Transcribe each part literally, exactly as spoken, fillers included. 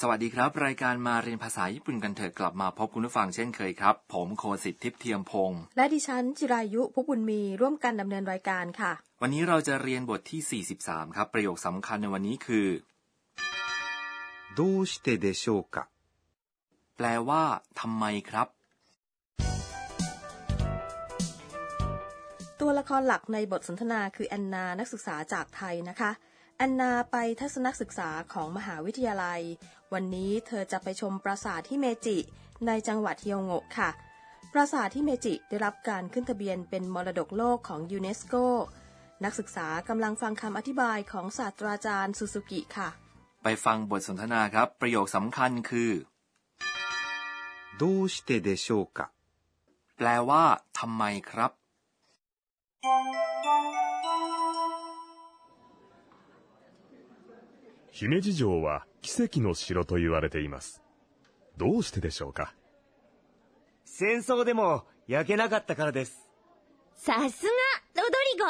สวัสดีครับรายการมาเรียนภาษาญี่ปุ่นกันเถอะกลับมาพบคุณผู้ฟังเช่นเคยครับผมโคสิทธิ์ทิพย์เทียมพงษ์และดิฉันจิรายุพุกบุญมีร่วมกันดำเนินรายการค่ะวันนี้เราจะเรียนบทที่สี่สิบสามครับประโยคสำคัญในวันนี้คือどうしてでしょうかแปลว่าทำไมครับตัวละครหลักในบทสนทนาคือแอนนานักศึกษาจากไทยนะคะแอนนาไปทัศนศึกษาของมหาวิทยาลัยวันนี้เธอจะไปชมปราสาทฮิเมจิในจังหวัดเฮียวโงะค่ะปราสาทฮิเมจิได้รับการขึ้นทะเบียนเป็นมรดกโลกของยูเนสโกนักศึกษากำลังฟังคำอธิบายของศาสตราจารย์ซูซูกิค่ะไปฟังบทสนทนาครับประโยคสำคัญคือどうしてでしょうかแปลว่าทำไมครับ姫路城は奇跡の城と言われています。どうしてでしょうか。 戦争でも焼けなかったからです。 さすがロドリゴ。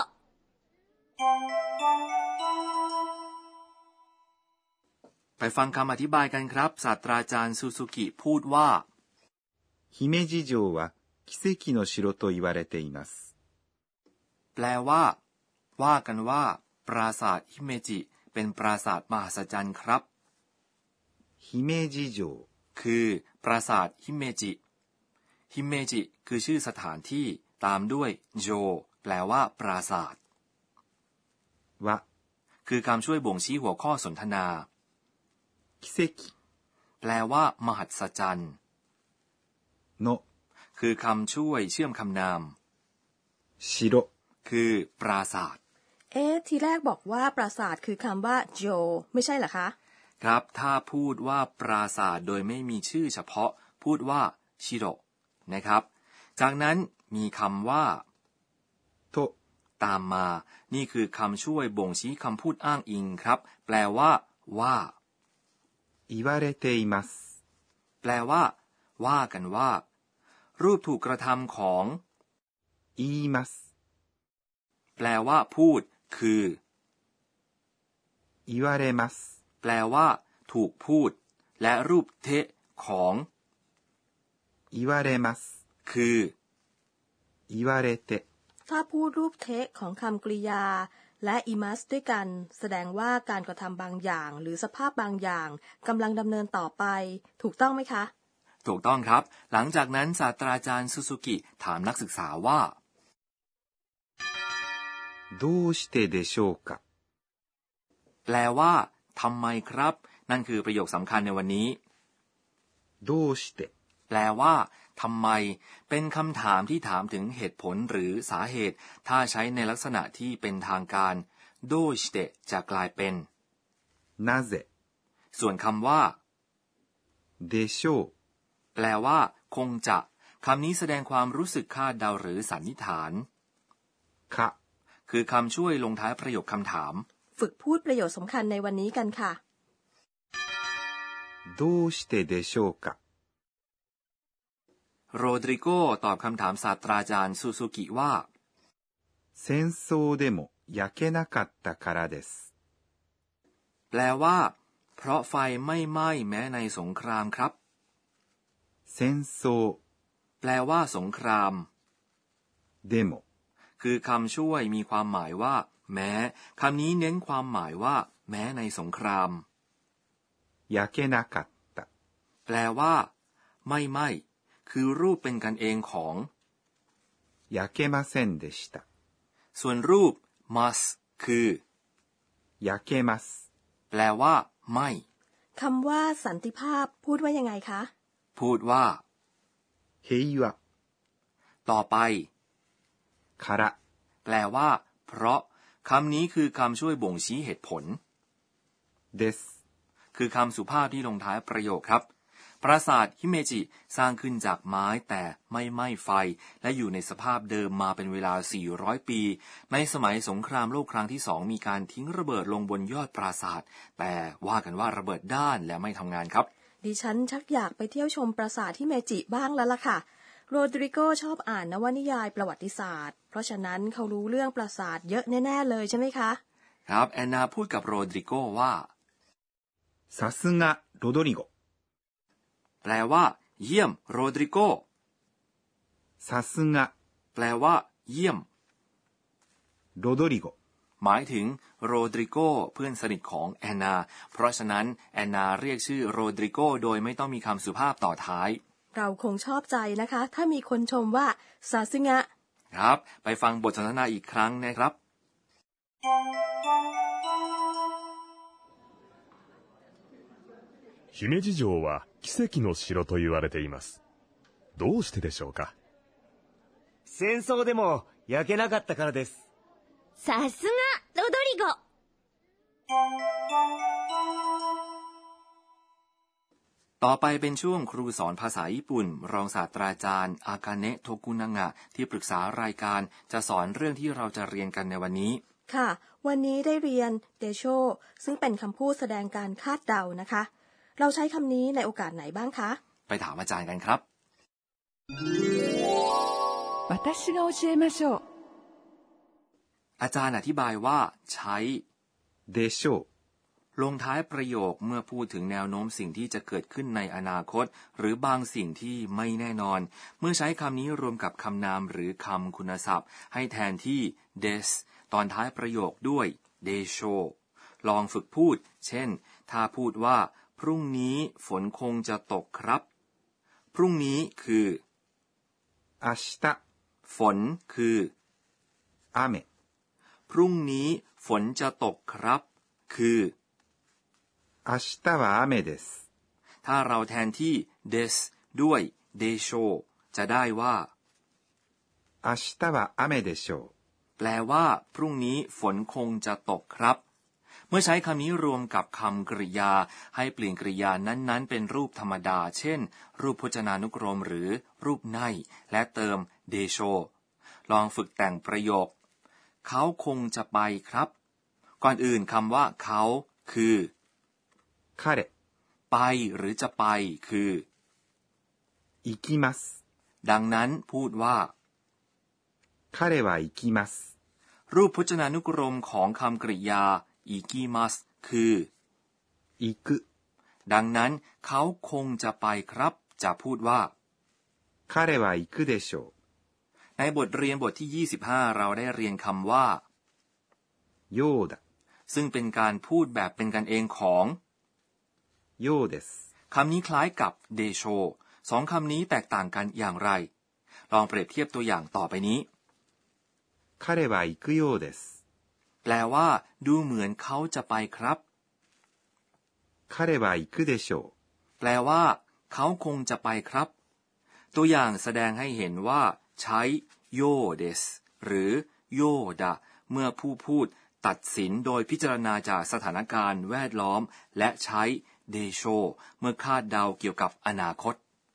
ไปฟังคำอธิบายกันครับศาสตราจารย์ซูซูกิพูดว่า姫路城は奇跡の城と言われています。 แปลว่าว่ากันว่าปราสาทฮิเมจิเป็นปราสาทมหัศจรรย์ครับ姫路城คือปราสาทฮิเมจิฮิเมจิคือชื่อสถานที่ตามด้วยโจแปลว่าปราสาทวะคือคำช่วยบ่งชี้หัวข้อสนทนา奇跡แปลว่ามหัศจรรย์โนคือคำช่วยเชื่อมคำนามชิโรคือปราสาทเอ๊ะทีแรกบอกว่าปราสาทคือคำว่าโจไม่ใช่เหรอคะครับถ้าพูดว่าปราสาทโดยไม่มีชื่อเฉพาะพูดว่าชิโรนะครับจากนั้นมีคำว่าโตตามมานี่คือคำช่วยบ่งชี้คำพูดอ้างอิงครับแปลว่าว่า言われていますแปลว่าว่ากันว่ารูปถูกกระทำของ言いますแปลว่าพูดคือ言われますแปลว่าถูกพูดและรูปเทะของ言われますคือ言われてถ้าพูดรูปเทะของคำกริยาและอิมัสด้วยกันแสดงว่าการกระทำบางอย่างหรือสภาพบางอย่างกำลังดำเนินต่อไปถูกต้องไหมคะถูกต้องครับหลังจากนั้นศาสตราจารย์ซูซูกิถามนักศึกษาว่าどうしてでしょうかแปลว่าทำไมครับนั่นคือประโยคสำคัญในวันนี้どうしてแปลว่าทำไมเป็นคำถามที่ถามถึงเหตุผลหรือสาเหตุถ้าใช้ในลักษณะที่เป็นทางการどうしてจะกลายเป็นなぜส่วนคำว่าでしょうแปลว่าคงจะคำนี้แสดงความรู้สึกคาดเดาหรือสันนิษฐานคะคือคำช่วยลงท้ายประโยคคำถามฝึกพูดประโยชน์สำคัญในวันนี้กันค่ะどうしてでしょうかโรดริโกตอบคำถามศาสตราจารย์ซูซูกิว่า戦争でも焼けなかったからですแปลว่าเพราะไฟไม่ไหม้แม้ในสงครามครับ戦争แปลว่าสงครามでもคือคำช่วยมีความหมายว่าแม้คำนี้เน้นความหมายว่าแม้ในสงคราม焼けなかったแปลว่าไม่ไหม้คือรูปเป็นกันเองของ焼けませんでしたส่วนรูป must คือ焼けますแปลว่าไม่คำว่าสันติภาพพูดว่ายังไงคะพูดว่า平和ต่อไปからแปลว่าเพราะคำนี้คือคำช่วยบ่งชี้เหตุผลですคือคำสุภาพที่ลงท้ายประโยคครับปราสาทฮิเมจิสร้างขึ้นจากไม้แต่ไม่ไหม้ไฟและอยู่ในสภาพเดิมมาเป็นเวลาสี่ร้อยปีในสมัยสงครามโลกครั้งที่สองมีการทิ้งระเบิดลงบนยอดปราสาทแต่ว่ากันว่าระเบิดด้านและไม่ทำงานครับดิฉันชักอยากไปเที่ยวชมปราสาทฮิเมจิบ้างแล้วล่ะค่ะโรดริโกชอบอ่านนวนิยายประวัติศาสตร์เพราะฉะนั้นเขารู้เรื่องปราสาทเยอะแน่ๆเลยใช่ไหมคะครับแอนนาพูดกับโรดริโกว่าさすがロドリゴแปลว่าเยี่ยมโรดริโกさすがแปลว่าเยี่ยมロドリゴหมายถึงโรดริโกเพื่อนสนิทของแอนนาเพราะฉะนั้นแอนนาเรียกชื่อโรดริโกโดยไม่ต้องมีคำสุภาพต่อท้ายเราคงชอบใจนะคะถ้ามีคนชมว่าซาซึงะครับไปฟังบทสนทนาอีกครั้งนะครับ姫路城は奇跡の城と言われていますどうしてでしょうか戦争でも焼けなかったからですさすがロドリゴต่อไปเป็นช่วงครูสอนภาษาญี่ปุ่นรองศาสตราจารย์อากาเนะโทกุนางะที่ปรึกษารายการจะสอนเรื่องที่เราจะเรียนกันในวันนี้ค่ะวันนี้ได้เรียนเดโชซึ่งเป็นคำพูดแสดงการคาดเดานะคะเราใช้คำนี้ในโอกาสไหนบ้างคะไปถามอาจารย์กันครับ私が教えましょうอาจารย์อธิบายว่าใช้でしょうลงท้ายประโยคเมื่อพูดถึงแนวโน้มสิ่งที่จะเกิดขึ้นในอนาคตหรือบางสิ่งที่ไม่แน่นอนเมื่อใช้คำนี้รวมกับคำนามหรือคำคุณศัพท์ให้แทนที่ des ตอนท้ายประโยคด้วย desho ลองฝึกพูดเช่นถ้าพูดว่าพรุ่งนี้ฝนคงจะตกครับพรุ่งนี้คือ明日ฝนคือ雨พรุ่งนี้ฝนจะตกครับคือ明日は雨ですถ้าเราแทนที่ des ด้วย desho จะได้ว่า明日は雨でしょうแปลว่าพรุ่งนี้ฝนคงจะตกครับเมื่อใช้คำนี้รวมกับคำกริยาให้เปลี่ยนกริยานั้นๆเป็นรูปธรรมดาเช่นรูปพจนานุกรมหรือรูปไนและเติม desho ลองฝึกแต่งประโยคเขาคงจะไปครับก่อนอื่นคำว่าเขาคือ彼ไปหรือจะไปคือ行きますดังนั้นพูดว่า彼は行きますรูปพจนานุกรมของคำกริยาอิกิมัสคือ行くดังนั้นเขาคงจะไปครับจะพูดว่า彼は行くでしょうในบทเรียนบทที่ยี่สิบห้าเราได้เรียนคำว่าようだซึ่งเป็นการพูดแบบเป็นกันเองของようですคำนี้คล้ายกับเดโชสองคำนี้แตกต่างกันอย่างไรลองเปรียบเทียบตัวอย่างต่อไปนี้彼は行くようですแปลว่าดูเหมือนเขาจะไปครับ彼は行くでしょうแปลว่าเขาคงจะไปครับตัวอย่างแสดงให้เห็นว่าใช้โยเดสหรือโยดะเมื่อผู้พูดตัดสินโดยพิจารณาจากสถานการณ์แวดล้อมและใช้เดโชเมื่อคาดเดาเกี่ยวกับอนาคต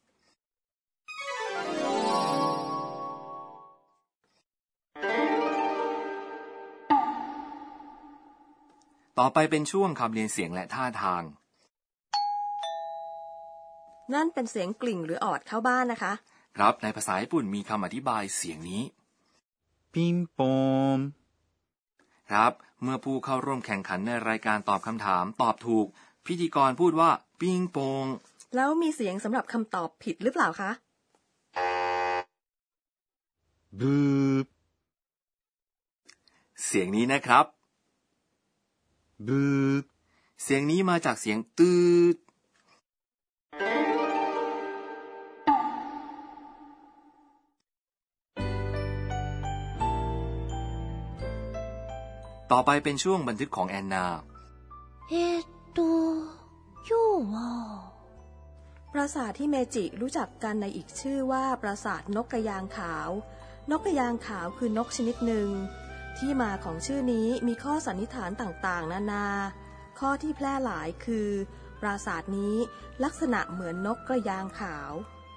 ต่อไปเป็นช่วงคำเรียนเสียงและท่าทางนั่นเป็นเสียงกลิ่งหรือออดเข้าบ้านนะคะครับในภาษาญี่ปุ่นมีคำอธิบายเสียงนี้ปิงปองครับเมื่อผู้เข้าร่วมแข่งขันในรายการตอบคำถามตอบถูกพิธีกรพูดว่าปิงปองแล้วมีเสียงสำหรับคำตอบผิดหรือเปล่าคะบูเสียงนี้นะครับบูเสียงนี้มาจากเสียงตืดต่อไปเป็นช่วงบันทึกของแอนนาえーっと今日はปราสาทที่เมจิรู้จักกันในอีกชื่อว่าปราสาทนกกระยางขาวนกกระยางขาวคือนกชนิดหนึ่งที่มาของชื่อนี้มีข้อสันนิษฐานต่างๆนานาข้อที่แพร่หลายคือปราสาทนี้ลักษณะเหมือนนกกระยางขาว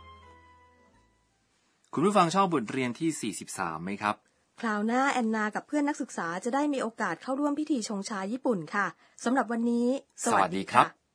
คุณผู้ฟังชอบบทเรียนที่สี่สิบสามไหมครับคราวหน้าแอนนากับเพื่อนนักศึกษาจะได้มีโอกาสเข้าร่วมพิธีชงชาญี่ปุ่นค่ะสำหรับวันนี้สวัสดีครับ